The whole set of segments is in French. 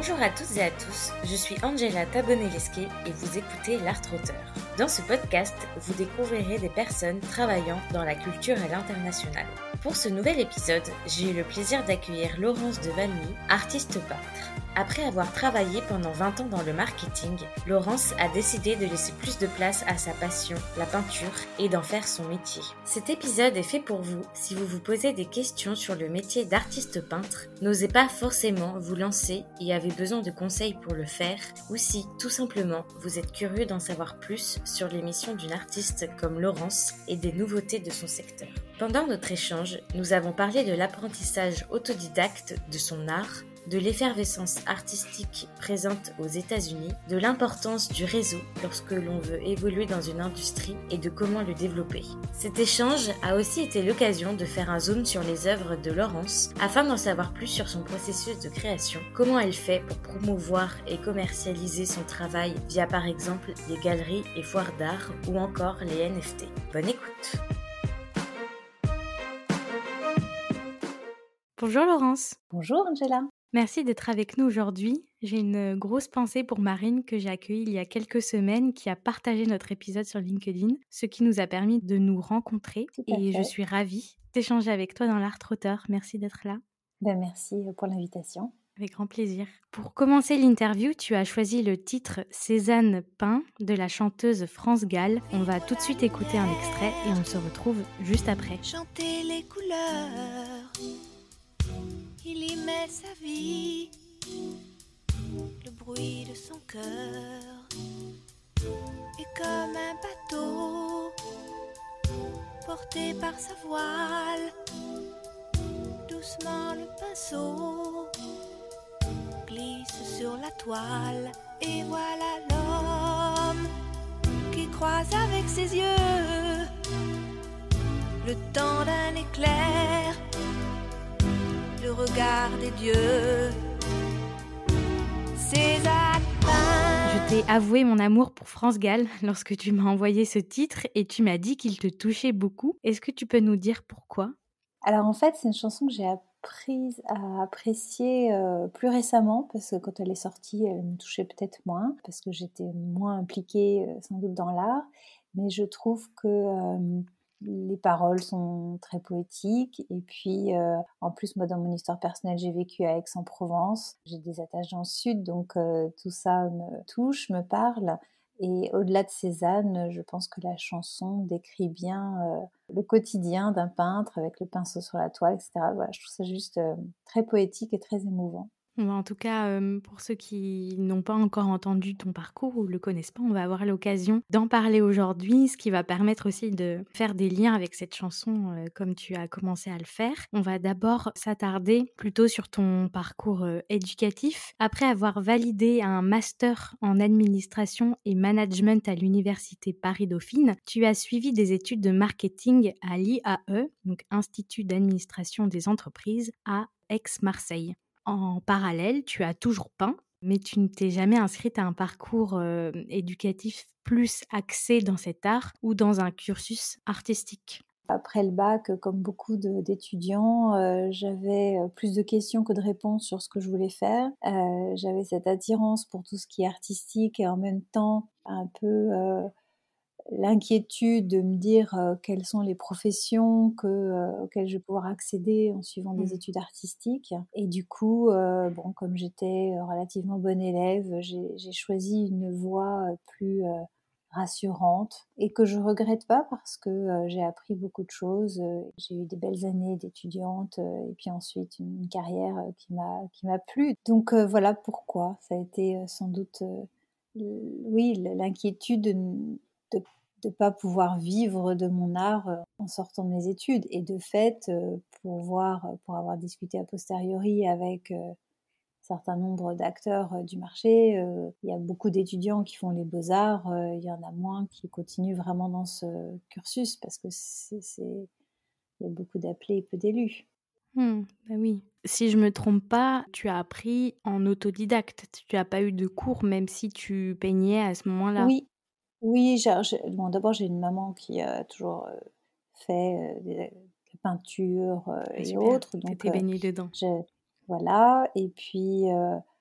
Bonjour à toutes et à tous, je suis Angela Tabonelesque et vous écoutez L'Art Auteur. Dans ce podcast, vous découvrirez des personnes travaillant dans la culture à l'international. Pour ce nouvel épisode, j'ai eu le plaisir d'accueillir Laurence de Valmy, artiste peintre. Après avoir travaillé pendant 20 ans dans le marketing, Laurence a décidé de laisser plus de place à sa passion, la peinture, et d'en faire son métier. Cet épisode est fait pour vous si vous vous posez des questions sur le métier d'artiste peintre, n'osez pas forcément vous lancer et avez besoin de conseils pour le faire, ou si, tout simplement, vous êtes curieux d'en savoir plus sur l'émission d'une artiste comme Laurence et des nouveautés de son secteur. Pendant notre échange, nous avons parlé de l'apprentissage autodidacte de son art, de l'effervescence artistique présente aux États-Unis, de l'importance du réseau lorsque l'on veut évoluer dans une industrie et de comment le développer. Cet échange a aussi été l'occasion de faire un zoom sur les œuvres de Laurence afin d'en savoir plus sur son processus de création, comment elle fait pour promouvoir et commercialiser son travail via par exemple les galeries et foires d'art ou encore les NFT. Bonne écoute! Bonjour Laurence. Bonjour Angela. Merci d'être avec nous aujourd'hui. J'ai une grosse pensée pour Marine que j'ai accueillie il y a quelques semaines, qui a partagé notre épisode sur LinkedIn, ce qui nous a permis de nous rencontrer. Tout à Et je fait. suis ravie d'échanger avec toi dans l'Art Auteur. Merci d'être là. Merci pour l'invitation. Avec grand plaisir. Pour commencer l'interview, tu as choisi le titre Cézanne peint de la chanteuse France Gall. On va tout de suite écouter un extrait et on se retrouve juste après. Chanter les couleurs, il y met sa vie, le bruit de son cœur est comme un bateau porté par sa voile. Doucement le pinceau glisse sur la toile et voilà l'homme qui croise avec ses yeux le temps d'un éclair, le regard des dieux. Cézanne peint. Je t'ai avoué mon amour pour France Gall lorsque tu m'as envoyé ce titre et tu m'as dit qu'il te touchait beaucoup. Est-ce que tu peux nous dire pourquoi ? Alors en fait, c'est une chanson que j'ai appris à apprécier plus récemment parce que quand elle est sortie, elle me touchait peut-être moins parce que j'étais moins impliquée sans doute dans l'art. Mais je trouve que les paroles sont très poétiques et puis en plus moi dans mon histoire personnelle j'ai vécu à Aix-en-Provence, j'ai des attaches dans le sud donc tout ça me touche, me parle. Et au-delà de Cézanne, je pense que la chanson décrit bien le quotidien d'un peintre avec le pinceau sur la toile, etc. Voilà, je trouve ça juste très poétique et très émouvant. En tout cas, pour ceux qui n'ont pas encore entendu ton parcours ou le connaissent pas, on va avoir l'occasion d'en parler aujourd'hui, ce qui va permettre aussi de faire des liens avec cette chanson, comme tu as commencé à le faire. On va d'abord s'attarder plutôt sur ton parcours, éducatif. Après avoir validé un master en administration et management à l'université Paris-Dauphine, tu as suivi des études de marketing à l'IAE, donc Institut d'administration des entreprises, à Aix-Marseille. En parallèle, tu as toujours peint, mais tu ne t'es jamais inscrite à un parcours éducatif plus axé dans cet art ou dans un cursus artistique. Après le bac, comme beaucoup d'étudiants, j'avais plus de questions que de réponses sur ce que je voulais faire. J'avais cette attirance pour tout ce qui est artistique et en même temps un peu l'inquiétude de me dire quelles sont les professions auxquelles je vais pouvoir accéder en suivant des études artistiques. Et du coup, comme j'étais relativement bonne élève, j'ai choisi une voie plus rassurante et que je regrette pas parce que j'ai appris beaucoup de choses. J'ai eu des belles années d'étudiante et puis ensuite une carrière qui m'a plu. Donc voilà pourquoi. Ça a été sans doute oui, l'inquiétude de pas pouvoir vivre de mon art en sortant de mes études. Et de fait, pour avoir discuté a posteriori avec un certain nombre d'acteurs du marché, il y a beaucoup d'étudiants qui font les beaux-arts, il y en a moins qui continuent vraiment dans ce cursus parce que il y a beaucoup d'appelés et peu d'élus. Bah oui. Si je me trompe pas, tu as appris en autodidacte. Tu as pas eu de cours même si tu peignais à ce moment-là. Oui, oui, bon, d'abord j'ai une maman qui a toujours fait de la peinture Ah et super, autres, donc t'étais baignée dedans. voilà. Et puis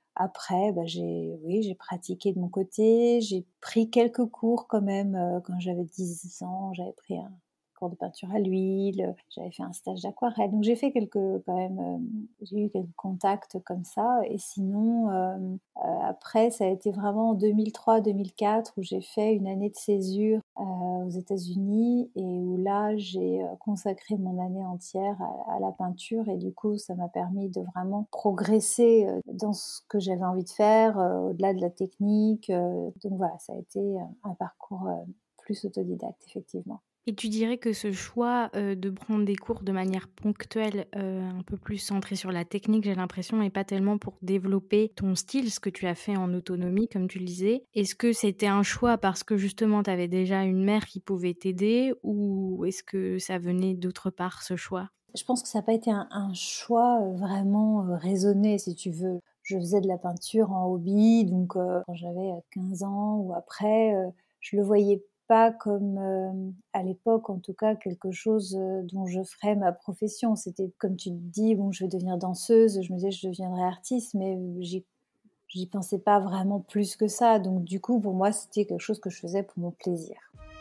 Après, j'ai pratiqué de mon côté. J'ai pris quelques cours quand même quand j'avais 10 ans. J'avais pris un cours de peinture à l'huile. J'avais fait un stage d'aquarelle. Donc j'ai fait quand même, j'ai eu quelques contacts comme ça. Et sinon, après, ça a été vraiment en 2003-2004 où j'ai fait une année de césure aux États-Unis et où là, j'ai consacré mon année entière à la peinture et du coup, ça m'a permis de vraiment progresser dans ce que j'avais envie de faire, au-delà de la technique. Donc voilà, ça a été un parcours plus autodidacte, effectivement. Et tu dirais que ce choix, de prendre des cours de manière ponctuelle, un peu plus centré sur la technique, j'ai l'impression, et pas tellement pour développer ton style, ce que tu as fait en autonomie, comme tu le disais. Est-ce que c'était un choix parce que justement tu avais déjà une mère qui pouvait t'aider ou est-ce que ça venait d'autre part, ce choix? Je pense que ça n'a pas été un choix vraiment raisonné, si tu veux. Je faisais de la peinture en hobby, donc quand j'avais 15 ans ou après, je le voyais pas comme, à l'époque en tout cas, quelque chose dont je ferais ma profession. C'était comme tu le dis, bon, je vais devenir danseuse, je me disais je deviendrai artiste, mais j'y pensais pas vraiment plus que ça. Donc du coup, pour moi, c'était quelque chose que je faisais pour mon plaisir.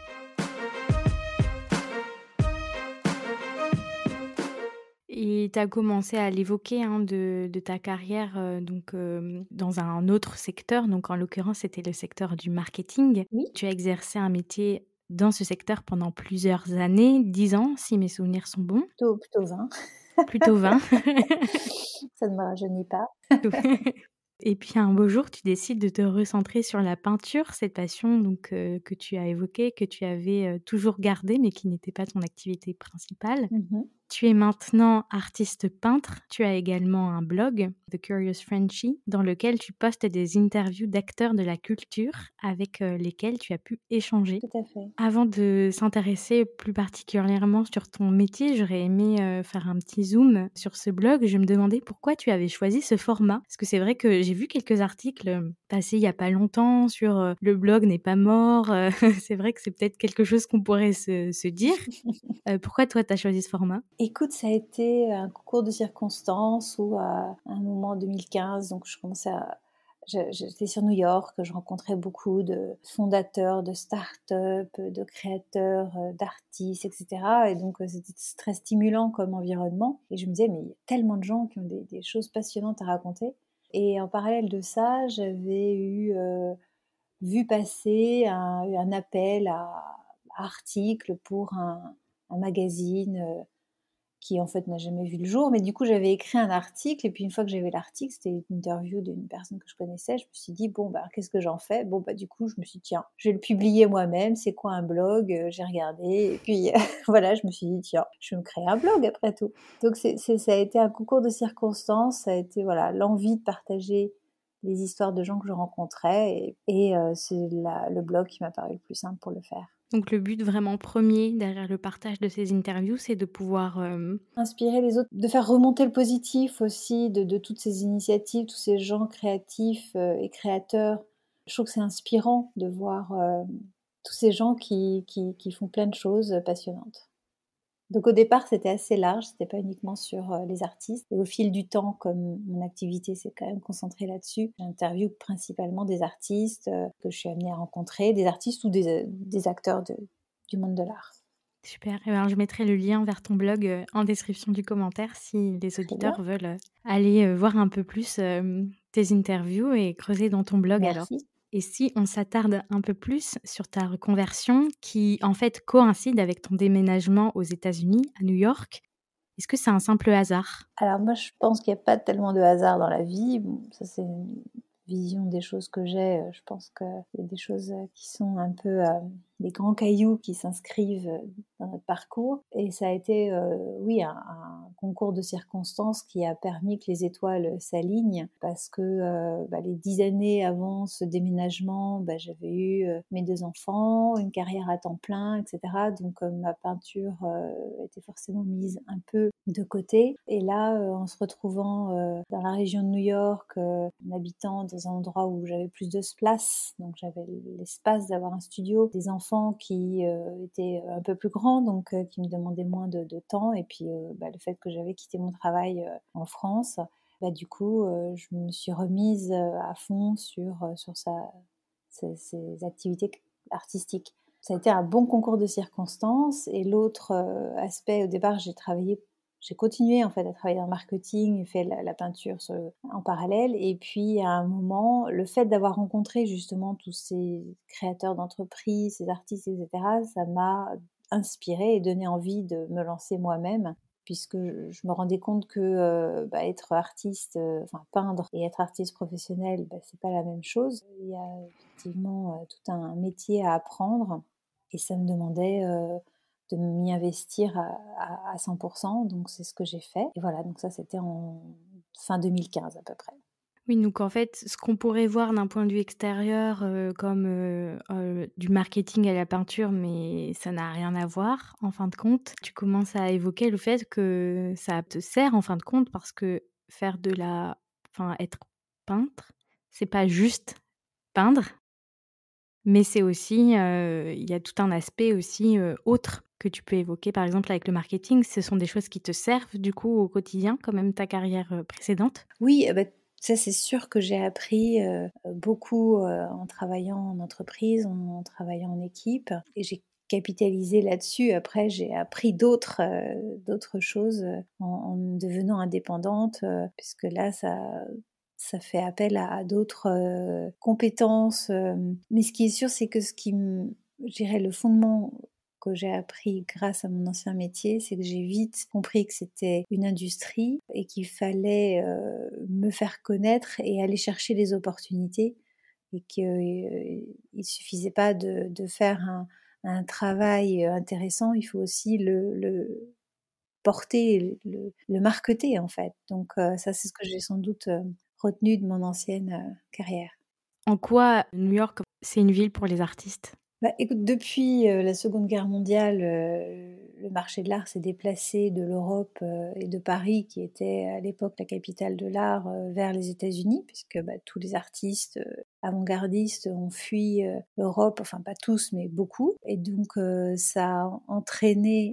Et tu as commencé à l'évoquer, hein, de ta carrière, dans un autre secteur, donc en l'occurrence, c'était le secteur du marketing. Oui, Tu as exercé un métier dans ce secteur pendant plusieurs années, 10 ans si mes souvenirs sont bons, plutôt 20. plutôt 20. Ça ne me rajeunit pas. Et puis un beau jour, tu décides de te recentrer sur la peinture, cette passion donc que tu as évoquée, que tu avais, toujours gardée mais qui n'était pas ton activité principale. Mmh. Tu es maintenant artiste peintre. Tu as également un blog, The Curious Frenchie, dans lequel tu postes des interviews d'acteurs de la culture avec lesquels tu as pu échanger. Tout à fait. Avant de s'intéresser plus particulièrement sur ton métier, j'aurais aimé faire un petit zoom sur ce blog. Je me demandais pourquoi tu avais choisi ce format. Parce que c'est vrai que j'ai vu quelques articles passer il y a pas longtemps sur le blog n'est pas mort. C'est vrai que c'est peut-être quelque chose qu'on pourrait se dire. Pourquoi toi, tu as choisi ce format? Écoute, ça a été un concours de circonstances où à un moment en 2015, donc je commençais à j'étais sur New York, je rencontrais beaucoup de fondateurs de start-up, de créateurs, d'artistes et cetera et donc c'était très stimulant comme environnement et je me disais: «Mais il y a tellement de gens qui ont des choses passionnantes à raconter» et en parallèle de ça, j'avais vu passer un appel à articles pour un magazine, qui en fait n'a jamais vu le jour. Mais du coup, j'avais écrit un article et puis une fois que j'avais l'article, c'était une interview d'une personne que je connaissais. Je me suis dit: «Bon, bah, qu'est-ce que j'en fais?» Bon, bah, du coup, je me suis dit: «Tiens, je vais le publier moi-même. C'est quoi un blog?» J'ai regardé et puis voilà, je me suis dit: «Tiens, je vais me créer un blog après tout». Donc ça a été un concours de circonstances, ça a été, voilà, l'envie de partager les histoires de gens que je rencontrais et c'est le blog qui m'a paru le plus simple pour le faire. Donc le but vraiment premier derrière le partage de ces interviews, c'est de pouvoir, Inspirer les autres, de faire remonter le positif aussi de toutes ces initiatives, tous ces gens créatifs, et créateurs. Je trouve que c'est inspirant de voir, tous ces gens qui font plein de choses, passionnantes. Donc au départ, c'était assez large, c'était pas uniquement sur, les artistes et au fil du temps, comme mon activité s'est quand même concentrée là-dessus, j'interviewe principalement des artistes, que je suis amenée à rencontrer, des artistes ou des acteurs du monde de l'art. super. Et ben, je mettrai le lien vers ton blog, en description du commentaire si les Très bien, auditeurs veulent, aller, voir un peu plus, tes interviews et creuser dans ton blog alors. merci. Et si on s'attarde un peu plus sur ta reconversion qui, en fait, coïncide avec ton déménagement aux États-Unis, à New York, est-ce que c'est un simple hasard? Alors moi, je pense qu'il y a pas tellement de hasard dans la vie. Bon, ça c'est une vision des choses que j'ai. Je pense qu'il y a des choses, qui sont un peu, des grands cailloux qui s'inscrivent, dans notre parcours et ça a été, oui, un concours de circonstances qui a permis que les étoiles, s'alignent parce que, les 10 années avant ce déménagement, j'avais eu, mes 2 enfants, une carrière à temps plein et cetera donc ma peinture, était forcément mise un peu de côté et là, en se retrouvant, dans la région de New York, en habitant dans un endroit où j'avais plus de place, donc j'avais l'espace d'avoir un studio, des enfants qui, étaient un peu plus grands, donc qui me demandaient moins de temps et puis, le fait que j'avais quitté mon travail, en France, du coup, je me suis remise à fond sur ses activités artistiques. Ça a été un bon concours de circonstances. Et l'autre aspect, au départ, j'ai continué en fait à travailler dans le marketing, fait la peinture en parallèle. Et puis à un moment, le fait d'avoir rencontré justement tous ces créateurs d'entreprises, ces artistes, etc., ça m'a inspirée et donné envie de me lancer moi-même, puisque je me rendais compte que être artiste, peindre et être artiste professionnel, c'est pas la même chose. Il y a effectivement tout un métier à apprendre, et ça me demandait de m'y investir à 100%, donc c'est ce que j'ai fait. Et voilà, donc ça c'était en fin 2015 à peu près. Oui, donc en fait, ce qu'on pourrait voir d'un point de vue extérieur, comme, du marketing à la peinture, mais ça n'a rien à voir en fin de compte. Tu commences à évoquer le fait que ça te sert en fin de compte parce que faire être peintre, c'est pas juste peindre, mais c'est aussi, il y a tout un aspect aussi, autre que tu peux évoquer, par exemple avec le marketing. Ce sont des choses qui te servent du coup au quotidien, comme même ta carrière, précédente? Oui, ça c'est sûr que j'ai appris beaucoup en travaillant en entreprise, en travaillant en équipe, et j'ai capitalisé là-dessus. Après, j'ai appris d'autres choses en devenant indépendante, puisque là, ça fait appel à d'autres compétences. Mais ce qui est sûr, c'est que je dirais le fondement que j'ai appris grâce à mon ancien métier, c'est que j'ai vite compris que c'était une industrie et qu'il fallait me faire connaître et aller chercher les opportunités, et qu'il ne suffisait pas de faire un travail intéressant, il faut aussi le porter, le marketer en fait. Donc ça, c'est ce que j'ai sans doute retenu de mon ancienne carrière. En quoi New York, c'est une ville pour les artistes? Écoute, depuis la Seconde Guerre mondiale, le marché de l'art s'est déplacé de l'Europe et de Paris, qui était à l'époque la capitale de l'art, vers les États-Unis, puisque tous les artistes avant-gardistes ont fui l'Europe, enfin pas tous, mais beaucoup. Et donc ça a entraîné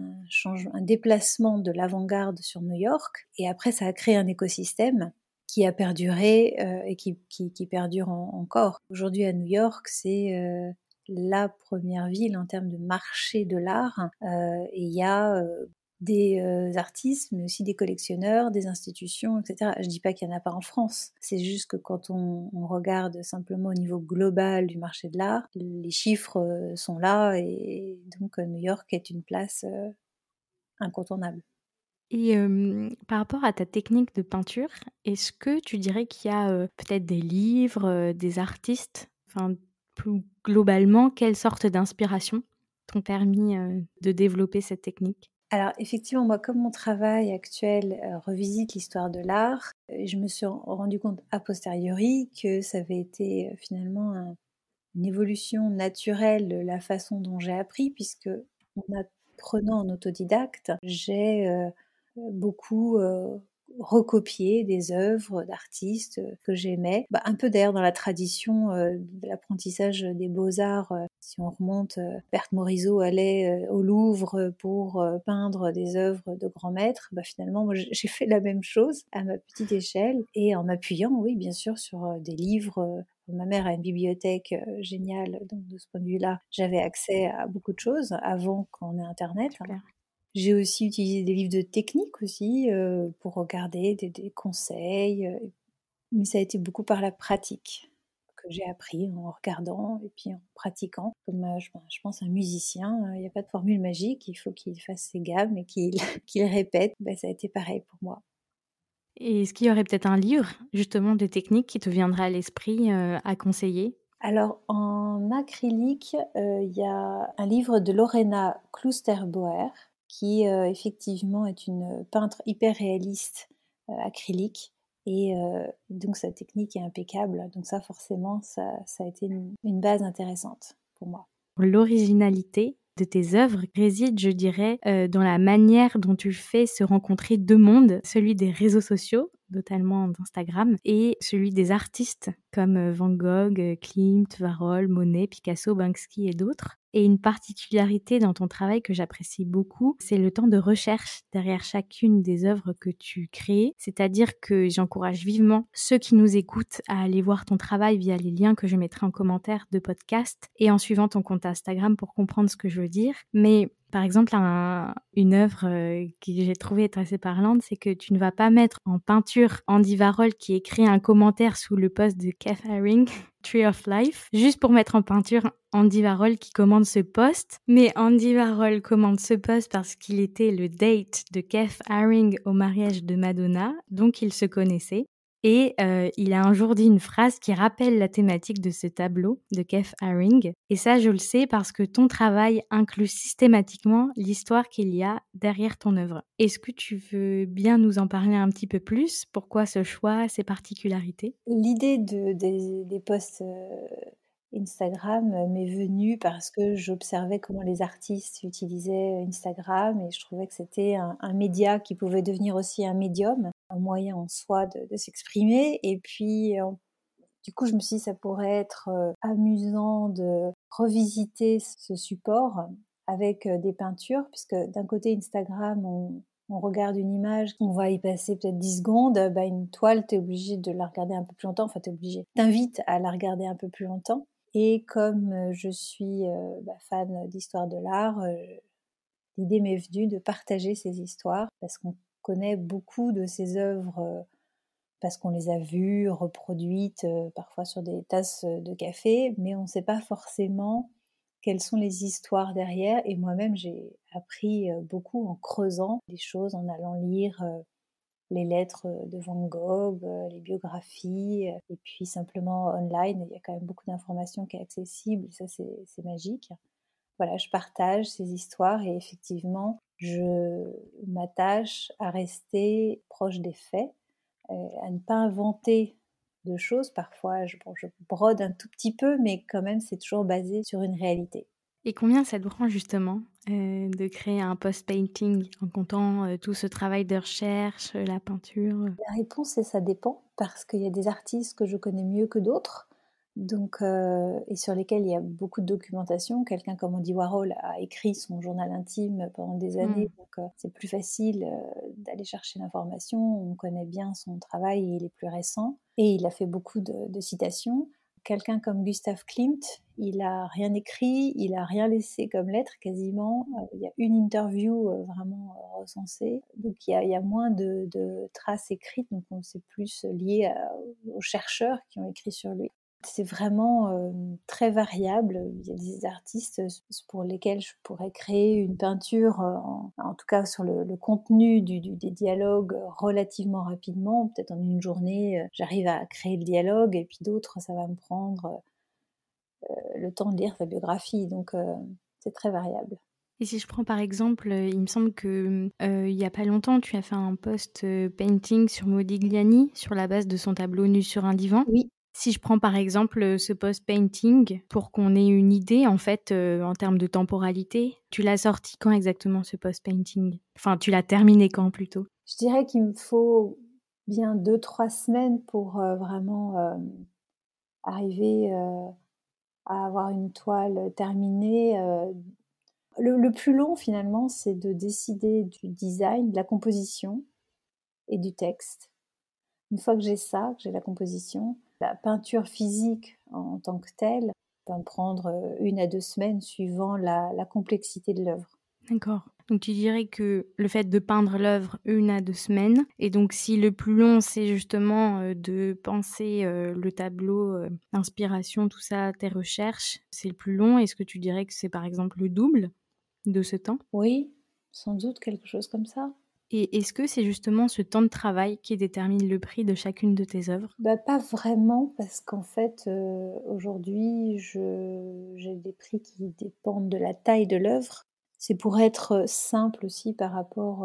un déplacement de l'avant-garde sur New York. Et après, ça a créé un écosystème qui a perduré et qui perdure encore. Aujourd'hui, à New York, c'est la première ville en termes de marché de l'art, et il y a des artistes, mais aussi des collectionneurs, des institutions, etc. Je dis pas qu'il y en a pas en France, c'est juste que quand on regarde simplement au niveau global du marché de l'art, les chiffres sont là, et donc New York est une place incontournable. Et par rapport à ta technique de peinture, est-ce que tu dirais qu'il y a, peut-être des livres, des artistes, enfin, plus globalement, quelles sortes d'inspiration t'ont permis, de développer cette technique? Alors effectivement, moi, comme mon travail actuel revisite l'histoire de l'art, je me suis rendu compte a posteriori que ça avait été finalement une évolution naturelle de la façon dont j'ai appris, puisque en apprenant en autodidacte, j'ai beaucoup recopié des œuvres d'artistes que j'aimais, un peu d'ailleurs dans la tradition de l'apprentissage des beaux-arts. Si on remonte, Berthe Morisot allait au Louvre pour peindre des œuvres de grands maîtres. Finalement, moi, j'ai fait la même chose à ma petite échelle, et en m'appuyant, oui, bien sûr, sur des livres. Ma mère a une bibliothèque géniale, donc de ce point de vue-là, j'avais accès à beaucoup de choses avant qu'on ait Internet. Super. J'ai aussi utilisé des livres de technique aussi pour regarder des conseils, mais ça a été beaucoup par la pratique que j'ai appris, en regardant et puis en pratiquant. Comme je pense un musicien, il n'y a pas de formule magique, il faut qu'il fasse ses gammes et qu'il qu'il répète. Ça a été pareil pour moi. Et est-ce qu'il y aurait peut-être un livre, justement, de techniques qui te viendrait à l'esprit, à conseiller? Alors en acrylique, il y a un livre de Lorena Klusterbauer qui effectivement est une peintre hyper réaliste acrylique, et donc sa technique est impeccable. Donc ça forcément, ça a été une base intéressante pour moi. L'originalité de tes œuvres réside, je dirais, dans la manière dont tu fais se rencontrer 2 mondes, celui des réseaux sociaux totalement d'Instagram, et celui des artistes comme Van Gogh, Klimt, Warhol, Monet, Picasso, Banksy et d'autres. Et une particularité dans ton travail que j'apprécie beaucoup, c'est le temps de recherche derrière chacune des œuvres que tu crées. C'est-à-dire que j'encourage vivement ceux qui nous écoutent à aller voir ton travail via les liens que je mettrai en commentaire de podcast et en suivant ton compte Instagram pour comprendre ce que je veux dire. Mais par exemple, une œuvre que j'ai trouvée être assez parlante, c'est que tu ne vas pas mettre en peinture Andy Warhol qui écrit un commentaire sous le post de Keith Haring, Tree of Life, juste pour mettre en peinture Andy Warhol qui commande ce post. Mais Andy Warhol commande ce post parce qu'il était le date de Keith Haring au mariage de Madonna, donc ils se connaissaient. Et il a un jour dit une phrase qui rappelle la thématique de ce tableau de Keith Haring. Et ça, je le sais parce que ton travail inclut systématiquement l'histoire qu'il y a derrière ton œuvre. Est-ce que tu veux bien nous en parler un petit peu plus? Pourquoi ce choix, ces particularités? L'idée des posts Instagram m'est venue parce que j'observais comment les artistes utilisaient Instagram et je trouvais que c'était un média qui pouvait devenir aussi un médium, un moyen en soi de s'exprimer. Et puis, du coup, je me suis dit ça pourrait être amusant de revisiter ce support avec des peintures, puisque d'un côté Instagram, on regarde une image, on va y passer peut-être 10 secondes, une toile, t'es obligé de la regarder un peu plus longtemps, enfin t'es obligé, t'invites à la regarder un peu plus longtemps. Et comme je suis fan d'histoire de l'art, l'idée m'est venue de partager ces histoires, parce qu'on connaît beaucoup de ces œuvres, parce qu'on les a vues, reproduites, parfois sur des tasses de café, mais on ne sait pas forcément quelles sont les histoires derrière. Et moi-même, j'ai appris beaucoup en creusant les choses, en allant lire les lettres de Van Gogh, les biographies, et puis simplement online, il y a quand même beaucoup d'informations qui est accessible, et ça c'est magique. Voilà, je partage ces histoires et effectivement, je m'attache à rester proche des faits, à ne pas inventer de choses. Parfois, je brode un tout petit peu, mais quand même, c'est toujours basé sur une réalité. Et combien ça te prend justement de créer un post-painting en comptant tout ce travail de recherche, la peinture? La réponse, c'est ça dépend, parce qu'il y a des artistes que je connais mieux que d'autres, donc et sur lesquels il y a beaucoup de documentation. Quelqu'un comme Andy Warhol a écrit son journal intime pendant des années, donc c'est plus facile d'aller chercher l'information. On connaît bien son travail, il est plus récent, et il a fait beaucoup de citations. Quelqu'un comme Gustav Klimt, il a rien écrit, il a rien laissé comme lettre quasiment. Il y a une interview vraiment recensée, donc il y a moins de traces écrites, donc c'est plus lié aux chercheurs qui ont écrit sur lui. C'est vraiment très variable. Il y a des artistes pour lesquels je pourrais créer une peinture, en tout cas sur le contenu des dialogues relativement rapidement. Peut-être en une journée, j'arrive à créer le dialogue, et puis d'autres, ça va me prendre le temps de lire sa biographie. Donc c'est très variable. Et si je prends par exemple, il me semble que il y a pas longtemps, tu as fait un post painting sur Modigliani sur la base de son tableau Nu sur un divan. Oui. Si je prends par exemple ce post painting pour qu'on ait une idée en fait en termes de temporalité, tu l'as sorti quand exactement ce post painting? Enfin, tu l'as terminé quand plutôt? Je dirais qu'il me faut bien 2-3 semaines pour vraiment arriver à avoir une toile terminée. Le plus long finalement, c'est de décider du design, de la composition et du texte. Une fois que j'ai ça, que j'ai la composition, la peinture physique en tant que telle va me prendre 1 à 2 semaines suivant la complexité de l'œuvre. D'accord. Donc tu dirais que le fait de peindre l'œuvre 1 à 2 semaines, et donc si le plus long c'est justement de penser le tableau, l'inspiration, tout ça, tes recherches, c'est le plus long, est-ce que tu dirais que c'est par exemple le double de ce temps? Oui, sans doute quelque chose comme ça. Et est-ce que c'est justement ce temps de travail qui détermine le prix de chacune de tes œuvres? Pas vraiment, parce qu'en fait, aujourd'hui, j'ai des prix qui dépendent de la taille de l'œuvre. C'est pour être simple aussi par rapport,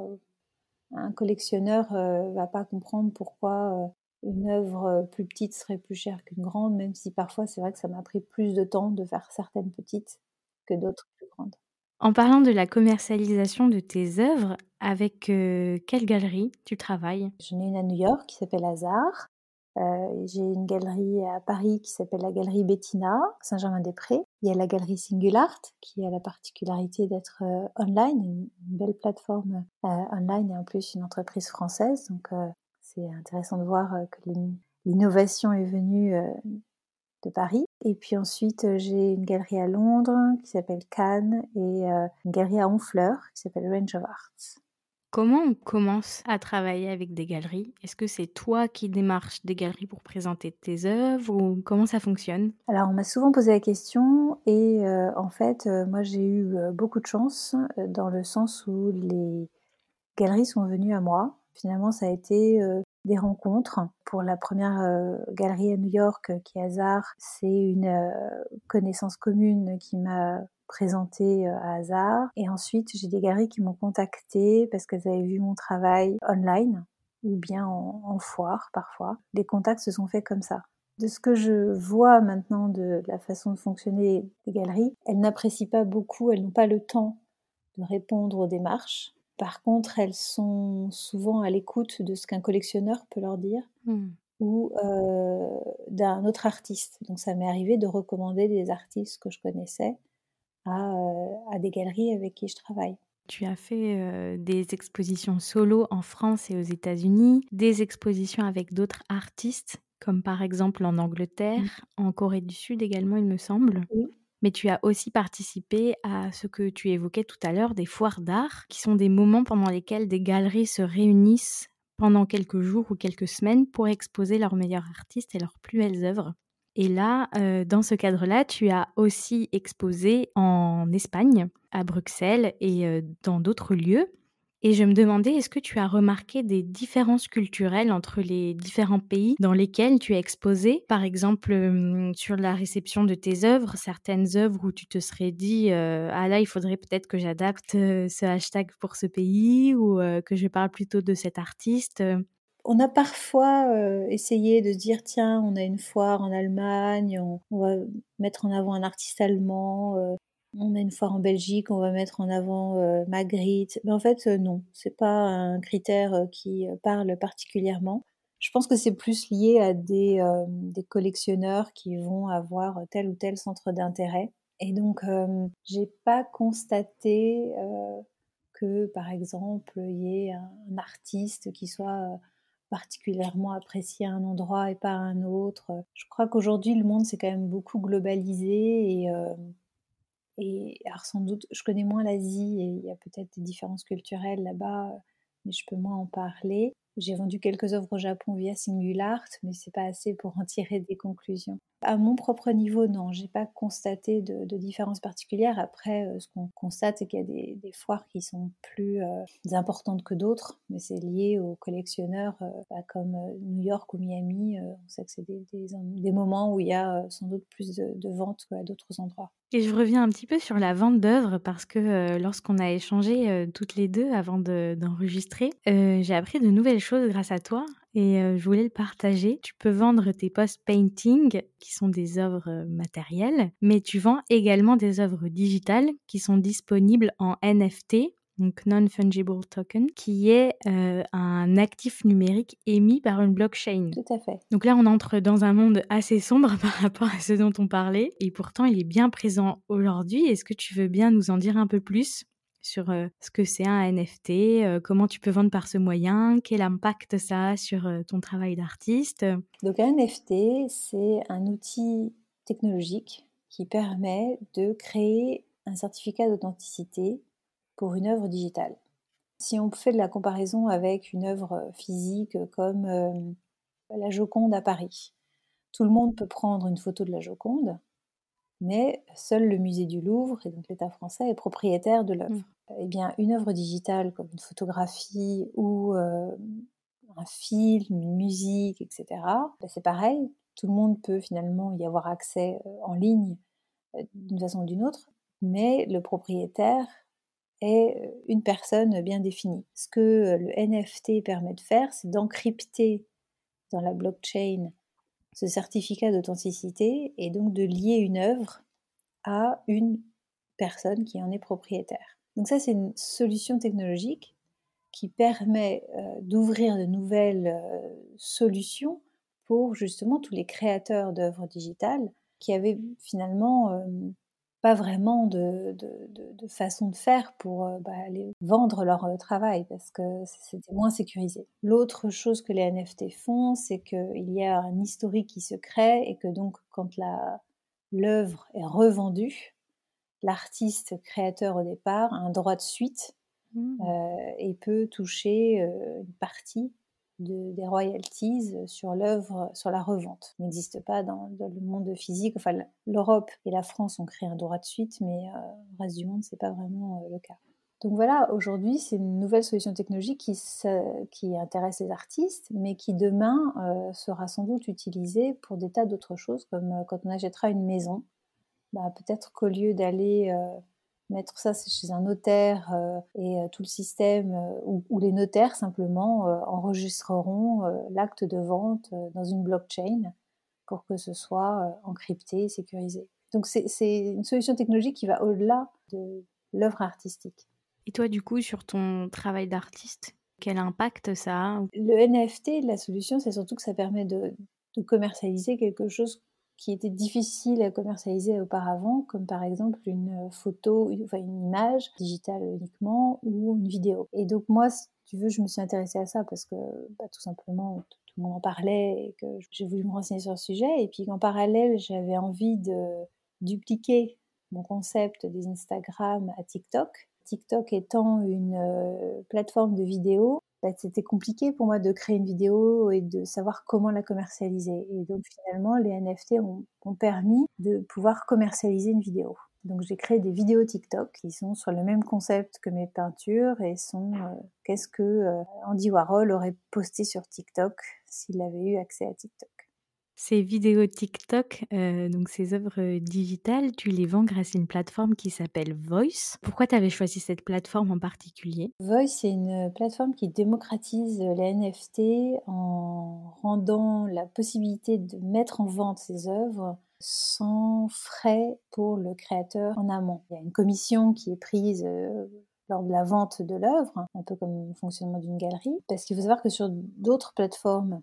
un collectionneur va pas comprendre pourquoi une œuvre plus petite serait plus chère qu'une grande, même si parfois c'est vrai que ça m'a pris plus de temps de faire certaines petites que d'autres plus grandes. En parlant de la commercialisation de tes œuvres, avec quelle galerie tu travailles? J'en ai une à New York qui s'appelle Hasard. J'ai une galerie à Paris qui s'appelle la galerie Bettina, Saint-Germain-des-Prés. Il y a la galerie Singulart qui a la particularité d'être online, une belle plateforme online et en plus une entreprise française. Donc c'est intéressant de voir que l'innovation est venue de Paris. Et puis ensuite, j'ai une galerie à Londres qui s'appelle Cannes et une galerie à Honfleur qui s'appelle Range of Arts. Comment on commence à travailler avec des galeries? Est-ce que c'est toi qui démarches des galeries pour présenter tes œuvres ou comment ça fonctionne? Alors on m'a souvent posé la question et en fait, moi j'ai eu beaucoup de chance dans le sens où les galeries sont venues à moi. Finalement, ça a été des rencontres. Pour la première galerie à New York, qui est Hasard, c'est une connaissance commune qui m'a présentée à Hasard. Et ensuite, j'ai des galeries qui m'ont contactée parce qu'elles avaient vu mon travail online ou bien en foire parfois. Les contacts se sont faits comme ça. De ce que je vois maintenant de la façon de fonctionner des galeries, elles n'apprécient pas beaucoup, elles n'ont pas le temps de répondre aux démarches. Par contre, elles sont souvent à l'écoute de ce qu'un collectionneur peut leur dire ou d'un autre artiste. Donc ça m'est arrivé de recommander des artistes que je connaissais à des galeries avec qui je travaille. Tu as fait des expositions solo en France et aux États-Unis, des expositions avec d'autres artistes, comme par exemple en Angleterre, en Corée du Sud également, il me semble. Oui. Mais tu as aussi participé à ce que tu évoquais tout à l'heure, des foires d'art, qui sont des moments pendant lesquels des galeries se réunissent pendant quelques jours ou quelques semaines pour exposer leurs meilleurs artistes et leurs plus belles œuvres. Et là, dans ce cadre-là, tu as aussi exposé en Espagne, à Bruxelles et dans d'autres lieux. Et je me demandais, est-ce que tu as remarqué des différences culturelles entre les différents pays dans lesquels tu as exposé? Par exemple, sur la réception de tes œuvres, certaines œuvres où tu te serais dit ah là, il faudrait peut-être que j'adapte ce hashtag pour ce pays ou que je parle plutôt de cet artiste. On a parfois essayé de se dire tiens, on a une foire en Allemagne, on va mettre en avant un artiste allemand. On a une foire en Belgique, on va mettre en avant Magritte. Mais en fait, non, c'est pas un critère qui parle particulièrement. Je pense que c'est plus lié à des collectionneurs qui vont avoir tel ou tel centre d'intérêt. Et donc, j'ai pas constaté que, par exemple, il y ait un artiste qui soit particulièrement apprécié à un endroit et pas à un autre. Je crois qu'aujourd'hui, le monde s'est quand même beaucoup globalisé et alors sans doute, je connais moins l'Asie et il y a peut-être des différences culturelles là-bas, mais je peux moins en parler. J'ai vendu quelques œuvres au Japon via Singulart, mais c'est pas assez pour en tirer des conclusions. À mon propre niveau, non, j'ai pas constaté de différences particulières. Après, ce qu'on constate, c'est qu'il y a des foires qui sont plus importantes que d'autres, mais c'est lié aux collectionneurs, comme New York ou Miami. On sait que c'est des moments où il y a sans doute plus de ventes qu'à d'autres endroits. Et je reviens un petit peu sur la vente d'œuvres parce que lorsqu'on a échangé toutes les deux avant d'enregistrer, j'ai appris de nouvelles choses grâce à toi et je voulais le partager. Tu peux vendre tes post-painting, qui sont des œuvres matérielles, mais tu vends également des œuvres digitales qui sont disponibles en NFT, donc Non-Fungible Token, qui est un actif numérique émis par une blockchain. Tout à fait. Donc là, on entre dans un monde assez sombre par rapport à ce dont on parlait, et pourtant, il est bien présent aujourd'hui. Est-ce que tu veux bien nous en dire un peu plus sur ce que c'est un NFT, comment tu peux vendre par ce moyen, quel impact ça a sur ton travail d'artiste? Donc un NFT, c'est un outil technologique qui permet de créer un certificat d'authenticité pour une œuvre digitale. Si on fait de la comparaison avec une œuvre physique comme la Joconde à Paris, tout le monde peut prendre une photo de la Joconde, mais seul le musée du Louvre, et donc l'État français, est propriétaire de l'œuvre. Eh bien, une œuvre digitale comme une photographie ou un film, une musique, etc., c'est pareil, tout le monde peut finalement y avoir accès en ligne d'une façon ou d'une autre, mais le propriétaire est une personne bien définie. Ce que le NFT permet de faire, c'est d'encrypter dans la blockchain ce certificat d'authenticité et donc de lier une œuvre à une personne qui en est propriétaire. Donc ça, c'est une solution technologique qui permet d'ouvrir de nouvelles solutions pour justement tous les créateurs d'œuvres digitales qui avaient finalement pas vraiment de façon de faire pour aller vendre leur travail parce que c'était moins sécurisé. L'autre chose que les NFT font, c'est qu'il y a un historique qui se crée et que donc quand l'œuvre est revendue, l'artiste créateur au départ a un droit de suite et peut toucher une partie des royalties sur l'œuvre, sur la revente. Ça n'existe pas dans le monde physique. Enfin, l'Europe et la France ont créé un droit de suite, mais le reste du monde, c'est pas vraiment le cas. Donc voilà, aujourd'hui, c'est une nouvelle solution technologique qui intéresse les artistes, mais qui demain sera sans doute utilisée pour des tas d'autres choses, comme quand on achètera une maison. Peut-être qu'au lieu d'aller mettre ça chez un notaire et tout le système, où les notaires simplement enregistreront l'acte de vente dans une blockchain pour que ce soit encrypté et sécurisé. Donc c'est une solution technologique qui va au-delà de l'œuvre artistique. Et toi, du coup, sur ton travail d'artiste, quel impact ça a? Le NFT, la solution, c'est surtout que ça permet de commercialiser quelque chose qui était difficile à commercialiser auparavant, comme par exemple une photo, enfin une image digitale uniquement ou une vidéo. Et donc moi, si tu veux, je me suis intéressée à ça parce que tout simplement, tout le monde en parlait et que j'ai voulu me renseigner sur le sujet. Et puis en parallèle, j'avais envie de dupliquer mon concept des Instagram à TikTok. TikTok étant une plateforme de vidéo, c'était compliqué pour moi de créer une vidéo et de savoir comment la commercialiser. Et donc finalement, les NFT ont permis de pouvoir commercialiser une vidéo. Donc j'ai créé des vidéos TikTok qui sont sur le même concept que mes peintures et sont qu'est-ce que Andy Warhol aurait posté sur TikTok s'il avait eu accès à TikTok. Ces vidéos TikTok, donc ces œuvres digitales, tu les vends grâce à une plateforme qui s'appelle Voice. Pourquoi tu avais choisi cette plateforme en particulier? Voice, c'est une plateforme qui démocratise les NFT en rendant la possibilité de mettre en vente ses œuvres sans frais pour le créateur en amont. Il y a une commission qui est prise lors de la vente de l'œuvre, un peu comme le fonctionnement d'une galerie, parce qu'il faut savoir que sur d'autres plateformes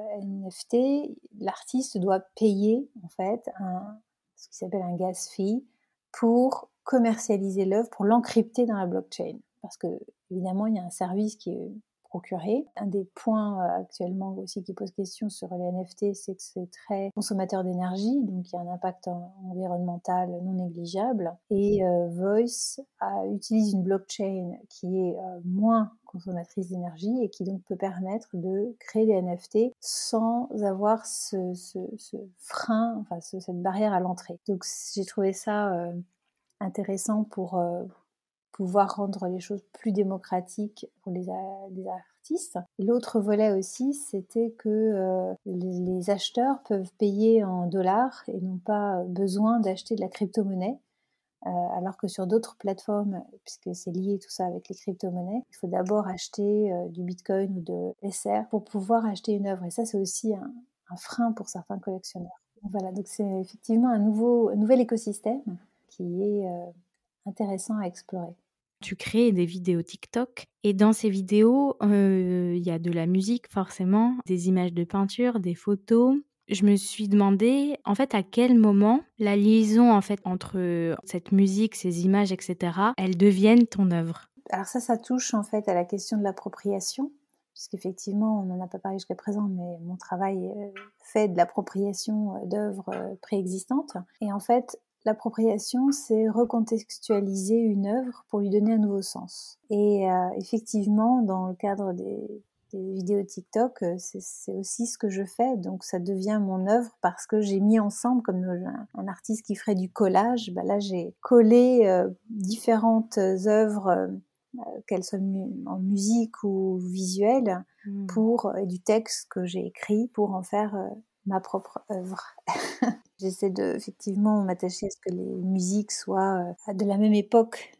NFT, l'artiste doit payer en fait ce qui s'appelle un gas fee pour commercialiser l'œuvre, pour l'encrypter dans la blockchain. Parce que évidemment, il y a un service qui est procuré. Un des points actuellement aussi qui pose question sur les NFT, c'est que c'est très consommateur d'énergie, donc il y a un impact environnemental non négligeable. Et Voice utilise une blockchain qui est moins consommatrice d'énergie et qui donc peut permettre de créer des NFT sans avoir ce frein, enfin cette barrière à l'entrée. Donc j'ai trouvé ça intéressant pour pouvoir rendre les choses plus démocratiques pour les artistes. L'autre volet aussi, c'était que les acheteurs peuvent payer en dollars et n'ont pas besoin d'acheter de la crypto-monnaie. Alors que sur d'autres plateformes, puisque c'est lié tout ça avec les crypto-monnaies, il faut d'abord acheter du Bitcoin ou de SR pour pouvoir acheter une œuvre. Et ça, c'est aussi un frein pour certains collectionneurs. Voilà, donc c'est effectivement un nouvel écosystème qui est intéressant à explorer. Tu crées des vidéos TikTok et dans ces vidéos, il y a de la musique forcément, des images de peinture, des photos. Je me suis demandé, en fait, à quel moment la liaison en fait entre cette musique, ces images, etc., elles deviennent ton œuvre. Alors ça touche en fait à la question de l'appropriation, puisqu'effectivement, on n'en a pas parlé jusqu'à présent, mais mon travail fait de l'appropriation d'œuvres préexistantes. Et en fait, l'appropriation, c'est recontextualiser une œuvre pour lui donner un nouveau sens. Et effectivement, dans le cadre des vidéos TikTok, c'est aussi ce que je fais. Donc ça devient mon œuvre parce que j'ai mis ensemble, comme un artiste qui ferait du collage, là j'ai collé différentes œuvres, qu'elles soient en musique ou visuelle, et du texte que j'ai écrit pour en faire ma propre œuvre. J'essaie effectivement m'attacher à ce que les musiques soient de la même époque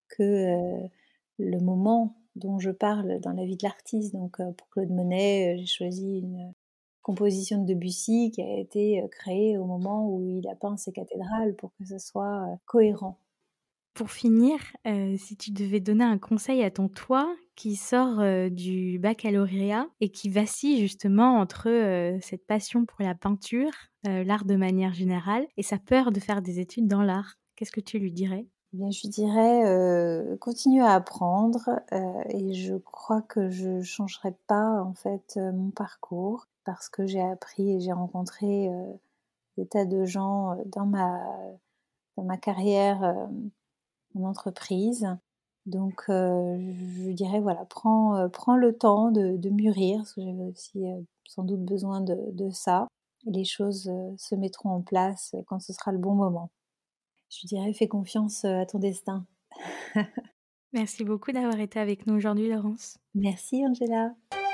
que le moment dont je parle dans la vie de l'artiste. Donc pour Claude Monet, j'ai choisi une composition de Debussy qui a été créée au moment où il a peint ses cathédrales pour que ce soit cohérent. Pour finir, si tu devais donner un conseil à ton toi qui sort, du baccalauréat et qui vacille justement entre, cette passion pour la peinture, l'art de manière générale et sa peur de faire des études dans l'art, qu'est-ce que tu lui dirais? Eh bien, je lui dirais, continue à apprendre, et je crois que je changerai pas, en fait, mon parcours parce que j'ai appris et j'ai rencontré, des tas de gens, dans ma carrière, en entreprise. Donc, je lui dirais, voilà, prends le temps de mûrir, parce que j'avais aussi, sans doute besoin de ça, et les choses, se mettront en place, quand ce sera le bon moment. Je lui dirais: «Fais confiance, à ton destin». Merci beaucoup d'avoir été avec nous aujourd'hui, Laurence. Merci Angela.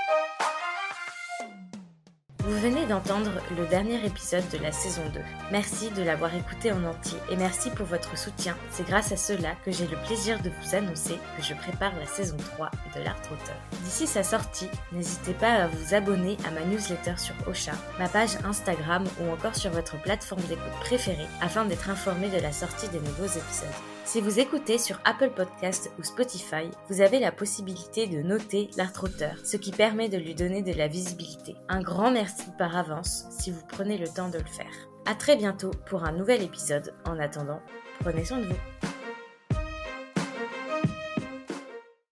Vous venez d'entendre le dernier épisode de la saison 2. Merci de l'avoir écouté en entier et merci pour votre soutien. C'est grâce à cela que j'ai le plaisir de vous annoncer que je prépare la saison 3 de l'Art-Auteur. D'ici sa sortie, n'hésitez pas à vous abonner à ma newsletter sur Ocha, ma page Instagram ou encore sur votre plateforme d'écoute préférée afin d'être informé de la sortie des nouveaux épisodes. Si vous écoutez sur Apple Podcasts ou Spotify, vous avez la possibilité de noter l'Art-Auteur, ce qui permet de lui donner de la visibilité. Un grand merci par avance si vous prenez le temps de le faire. À très bientôt pour un nouvel épisode. En attendant, prenez soin de vous.